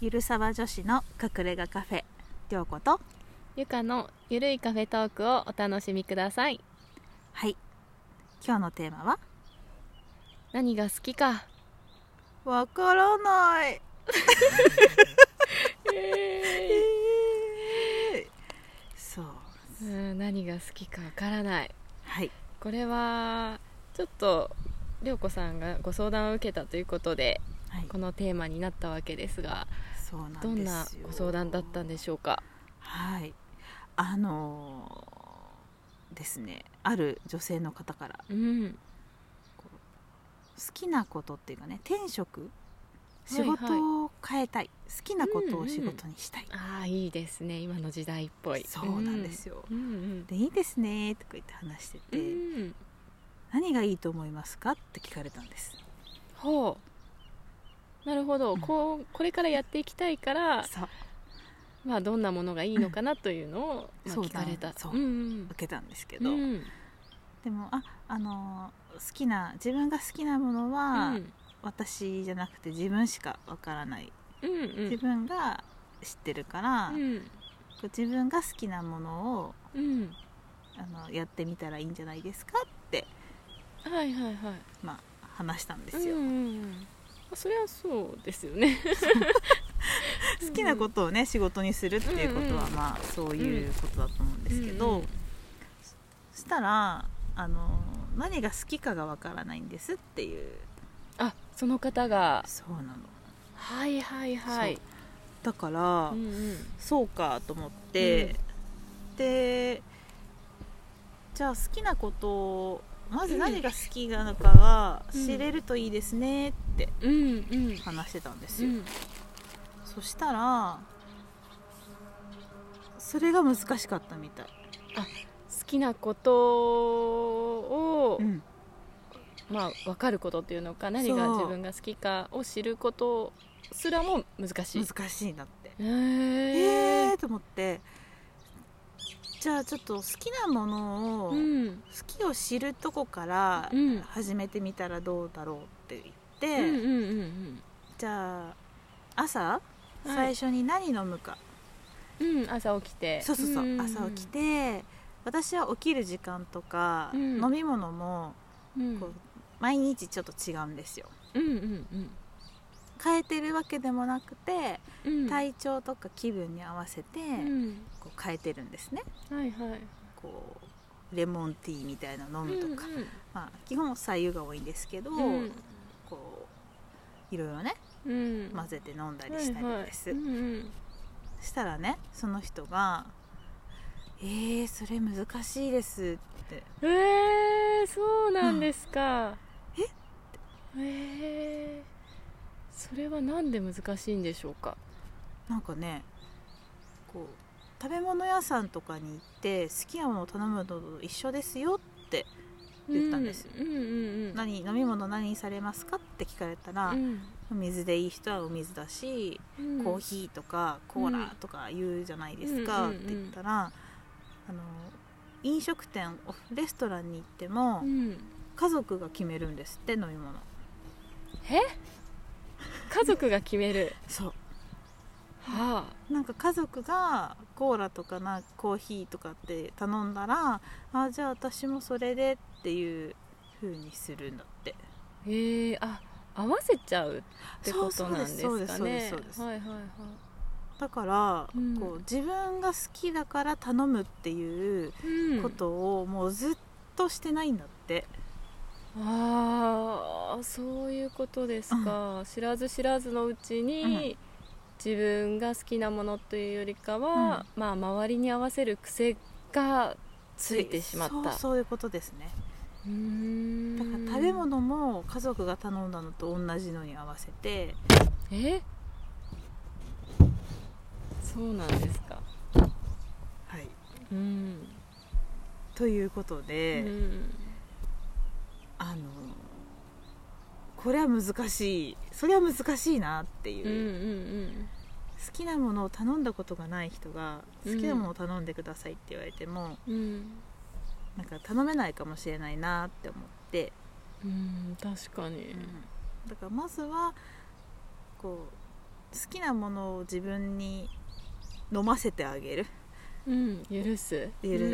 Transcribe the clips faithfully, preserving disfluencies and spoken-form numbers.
ゆるさわ女子の隠れ家カフェ、りょうことゆかのゆるいカフェトークをお楽しみください。 はい、今日のテーマは何が好きかわからないえー、そう、 ー、うん何が好きかわからない。 はい、 これはちょっとりょうこさんがご相談を受けたということで、 はい、 このテーマになったわけですが、 そうなんですよ。 どんなご相談だったんでしょうか。 はい、あのー、ですね、ある女性の方から、 うん、 好きなことっていうかね、転職、仕はいはい事を変えたい、好きなことを仕事にしたい、 うんうん、ああいいですね、今の時代っぽい。 そうなんですよ、 うんうん、 でいいですねとか言って話してて、 うん、 何がいいと思いますかって聞かれたんです。 ほう、なるほど、 うん、 こうこれからやっていきたいから、 そう、 まあ、どんなものがいいのかなというのを、まあ、聞かれた。 そう、 うんうん、 受けたんですけど、 うん、 でもあ、あのー好きな自分が好きなものは、うん、私じゃなくて自分しかわからない、 うんうん、 自分が知ってるから、うん、こう自分が好きなものを、うん、あのやってみたらいいんじゃないですかって、 はいはいはい、 まあ、話したんですよ。 うんうん、それはそうですよね好きなことをね仕事にするっていうことは、うんうん、まあそういうことだと思うんですけど、うんうん、そしたらあの何が好きかがわからないんですっていう。 あ、その方が。 そうなの。 はいはいはい。 だから、うんうん、そうかと思って、うん、でじゃあ好きなことをまず何が好きなのかが知れるといいですねって話してたんですよ、うんうん、そしたらそれが難しかったみたい。 あ、好きなことを、うん、まあ、分かることっていうのか、何が自分が好きかを知ることすらも難しい難しいんだって。 へー、 えーと思って、じゃあちょっと好きなものを、うん、好きを知るとこから始めてみたらどうだろうって言って、うんうんうんうん、じゃあ朝、はい、最初に何飲むか、 うん、朝起きて、 そうそうそう、うんうんうん、朝起きて、私は起きる時間とか、うん、飲み物も、うん、こう毎日ちょっと違うんですよ、うんうんうん、変えてるわけでもなくて、うん、体調とか気分に合わせて、うん、こう変えてるんですね、はいはい、こうレモンティーみたいなの飲むとか、うんうん、まあ、基本白湯が多いんですけど、うん、こういろいろね、うん、混ぜて飲んだりしたりです、はいはい、うんうん、したらね、その人がえー、それ難しいですって。 えー、そうなんですか、うん、ええー、それはなんで難しいんでしょうか。 なんかね、こう食べ物屋さんとかに行って好きなものを頼むのと一緒ですよって言ったんです、うんうんうんうん、何飲み物何にされますかって聞かれたら、うん、水でいい人はお水だし、うん、コーヒーとかコーラとか言うじゃないですか、うん、って言ったら、あの飲食店レストランに行っても、うん、家族が決めるんですって、飲み物。 え家族が決めるそう、 はあ、 なんか家族がコーラとかなコーヒーとかって頼んだら、あ、じゃあ私もそれでっていう風にするんだって。 へえ、あ、合わせちゃうってことなんですかね。そうですそうですそうです、はいはいはい、 だから、うん、こう自分が好きだから頼むっていうことをもうずっとしてないんだって、 うん、ああ、そういうことですか、うん、知らず知らずのうちに、うん、自分が好きなものというよりかは、うん、まあ、周りに合わせる癖がついてしまった。 そう、そういうことですね。うーん、だから食べ物も家族が頼んだのと同じのに合わせて。 え、そうなんですか。 はい、うん、ということで、うん、あのこれは難しい、それは難しいなっていう、うんうんうん、好きなものを頼んだことがない人が好きなものを頼んでくださいって言われても、うん、なんか頼めないかもしれないなって思って、 うん、確かに、うん、 だからまずはこう好きなものを自分に飲ませてあげる、 うん、許す許、うん、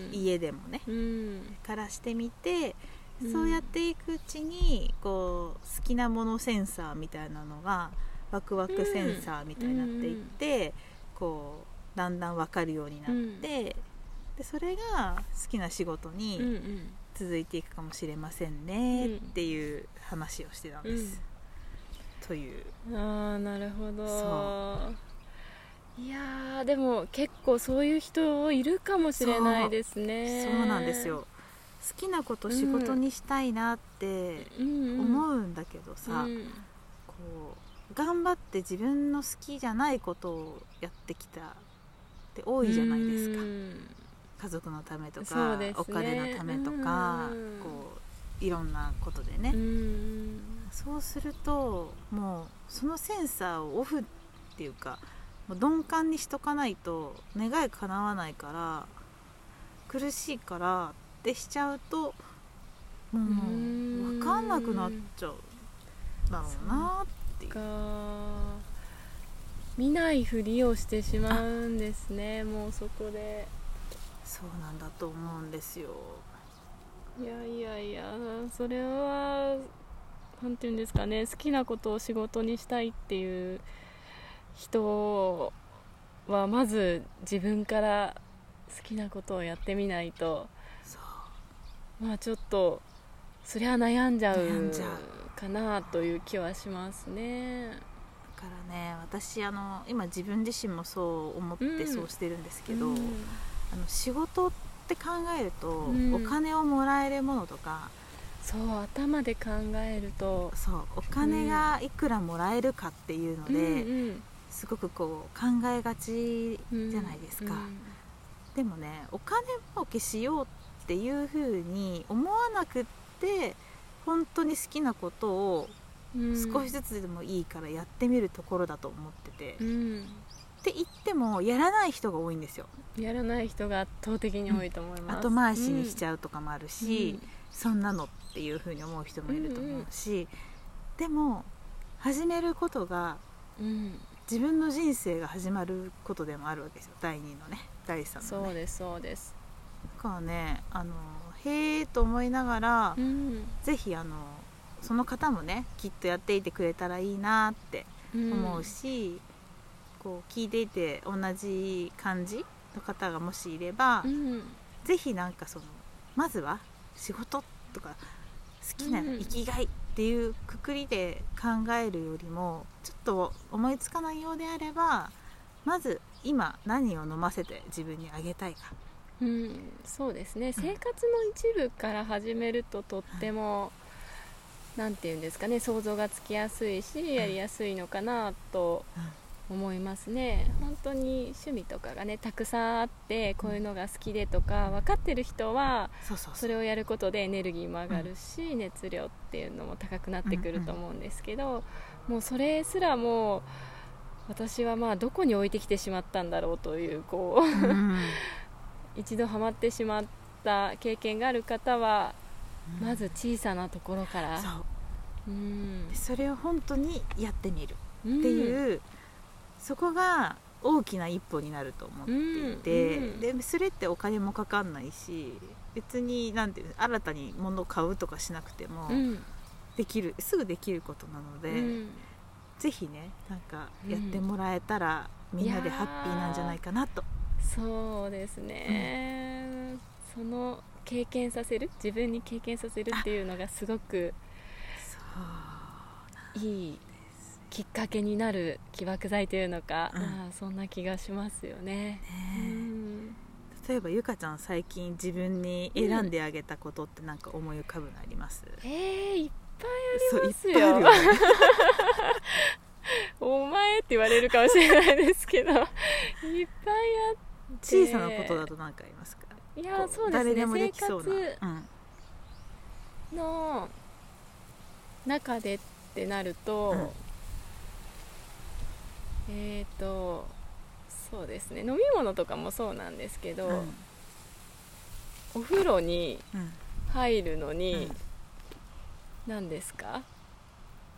家でもね、うん、からしてみて、うん、そうやっていくうちにこう好きなものセンサーみたいなのがワクワクセンサーみたいになっていって、うん、こうだんだん分かるようになって、うん、でそれが好きな仕事に続いていくかもしれませんねっていう話をしてたんです、うん、という。 ああ、なるほど。そういやでも結構そういう人いるかもしれないですね。 そう、そうなんですよ。好きなこと仕事にしたいなって思うんだけどさ、うんうん、こう頑張って自分の好きじゃないことをやってきたって多いじゃないですか、うん、家族のためとか、ね、お金のためとか、うん、こういろんなことでね、うん、そうするともうそのセンサーをオフっていうか鈍感にしとかないと願い叶わないから苦しいからってしちゃうともう分かんなくなっちゃうだろうなっていう。 見ないふりをしてしまうんですね。もうそこでそうなんだと思うんですよ。 いやいやいや、それはなんていうんですかね、好きなことを仕事にしたいっていう人はまず自分から好きなことをやってみないと、そうまあちょっとそりゃ悩んじゃうかなという気はしますね。 だからね、私あの今自分自身もそう思ってそうしてるんですけど、うん、あの仕事って考えると、うん、お金をもらえるものとか、 そう頭で考えるとそうお金がいくらもらえるかっていうので、うんうん、すごくこう考えがちじゃないですか、うんうん、でもね、お金儲けしようっていう風に思わなくって本当に好きなことを少しずつでもいいからやってみるところだと思ってて、うん、って言ってもやらない人が多いんですよ。 やらない人が圧倒的に多いと思います、 うん、後回しにしちゃうとかもあるし、うん、そんなのっていう風に思う人もいると思うし、うんうん、でも始めることが、うん、自分の人生が始まることでもあるわけですよ。だいにのね、だいさんのね。 そうですそうです。 だからね、あのへーと思いながら、うん、ぜひあのその方もねきっとやっていてくれたらいいなって思うし、うん、こう聞いていて同じ感じの方がもしいれば、うん、ぜひなんかそのまずは仕事とか好きな生きがいっていうくくりで考えるよりも、ちょっと思いつかないようであればまず今何を飲ませて自分にあげたいか、 うん、そうですね、生活の一部から始めるととっても、うん、なんていうんですかね、想像がつきやすいしやりやすいのかなと思いますね。本当に趣味とかがねたくさんあってこういうのが好きでとか分かってる人はそれをやることでエネルギーも上がるし、熱量っていうのも高くなってくると思うんですけど、もうそれすらも私はまあどこに置いてきてしまったんだろうというこう、うん一度ハマってしまった経験がある方は、うん、まず小さなところからそう、うん、それを本当にやってみるっていう、うん、そこが大きな一歩になると思っていて、うんうん、でそれってお金もかかんないし別になんていう新たに物を買うとかしなくてもできる、すぐできることなので、うん、ぜひねなんかやってもらえたら、みんなでハッピーなんじゃないかなと。 そうですね、うん、その経験させる、自分に経験させるっていうのがすごくいいきっかけになる起爆剤というのか、うんまあ、そんな気がしますよ ね, ね、うん、 例えばゆかちゃん最近自分に選んであげたことってなんか思い浮かぶのあります？ うん、えー、いっぱいありますよ。 そういっぱいあるよねお前って言われるかもしれないですけどいっぱいあって小さなことだと何かありますか？ いやそうですね、誰でもできそうな生活の中でってなると、うん、えっとそうですね、飲み物とかもそうなんですけど、うん、お風呂に入るのに、うん、何ですか、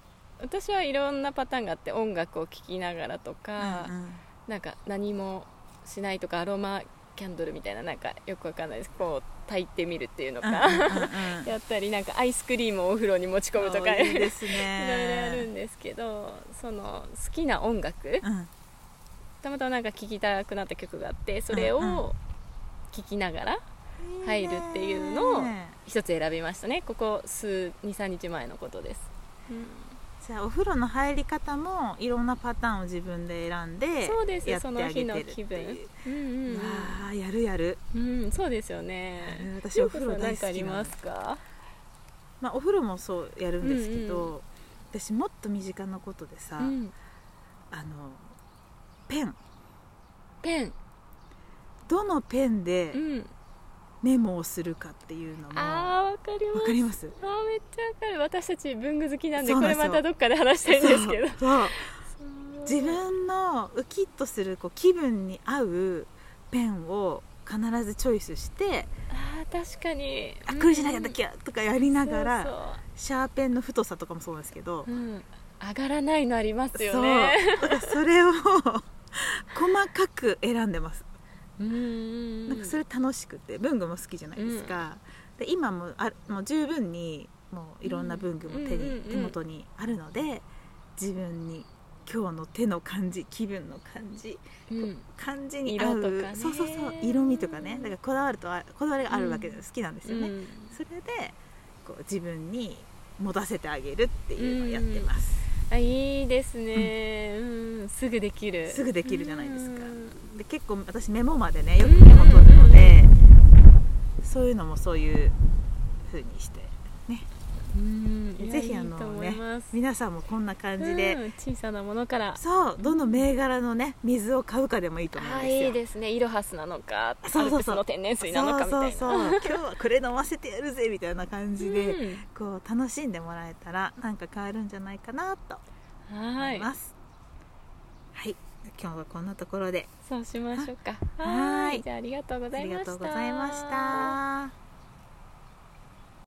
私はいろんなパターンがあって、音楽を聴きながらとか、 うんうん、 なんか何もしないとか、アロマキャンドルみたいな、なんかよくわかんないです、こう焚いてみるっていうのか、うんうんうん、やったり、なんかアイスクリームをお風呂に持ち込むとか、 いいですね、 いろいろやるんですけど、その好きな音楽、うん、たまたまなんか聴きたくなった曲があって、それを聴きながら入るっていうのを一つ選びましたね。ここ数 にさんにちまえのことです、うん、 じゃあお風呂の入り方もいろんなパターンを自分で選んでそうです、 やってあげてるっていう。 その日の気分、うんうんうん、 わーやるやる、 うん、そうですよね。 私お風呂大好きなの。 何かありますか？ まあ、お風呂もそうやるんですけど、うんうん、私もっと身近なことでさ、うん、あのペンペンどのペンでメモをするかっていうのも、うん、 あーわかります、 わかります。 あーめっちゃわかる。私たち文具好きなんで、これまたどっかで話したいんですけど、そうそう自分のウキッとするこう気分に合うペンを必ずチョイスして、 あー確かに、 あこれじゃなきゃだけとかやりながら、そうそうシャーペンの太さとかもそうですけど、 うん、上がらないのありますよね。 そうだからそれを細かく選んでます。 うん、 なんかそれ楽しくて、文具も好きじゃないですか、うん、で今もあもう十分にもういろんな文具も手に、うん、手元にあるので、自分に今日の手の感じ、気分の感じ、うん、感じに合う、 色とかね、 そうそうそう、色味とかね、だからこだわるとこだわりがあるわけで好きなんですよね、うん、それでこう自分に持たせてあげるっていうのをやってます、 うん、あいいですね、うんうん、すぐできるすぐできるじゃないですか、うん、で結構私メモまでねよくメモ取るので、うん、そういうのもそういう風にしてね、うん、ぜひあのね皆さんもこんな感じで、 うん、小さなものからそうどの銘柄のね水を買うかでもいいと思うんですよ。 あいいですね。イロハスなのかアルプスの天然水なのかみたいな、 そうそうそう今日はこれ飲ませてやるぜみたいな感じで、うん、こう楽しんでもらえたらなんか変わるんじゃないかなと思います。はい、はい、今日はこんなところでそうしましょうか。 はい、 じゃあありがとうございました。 ありがとうございました。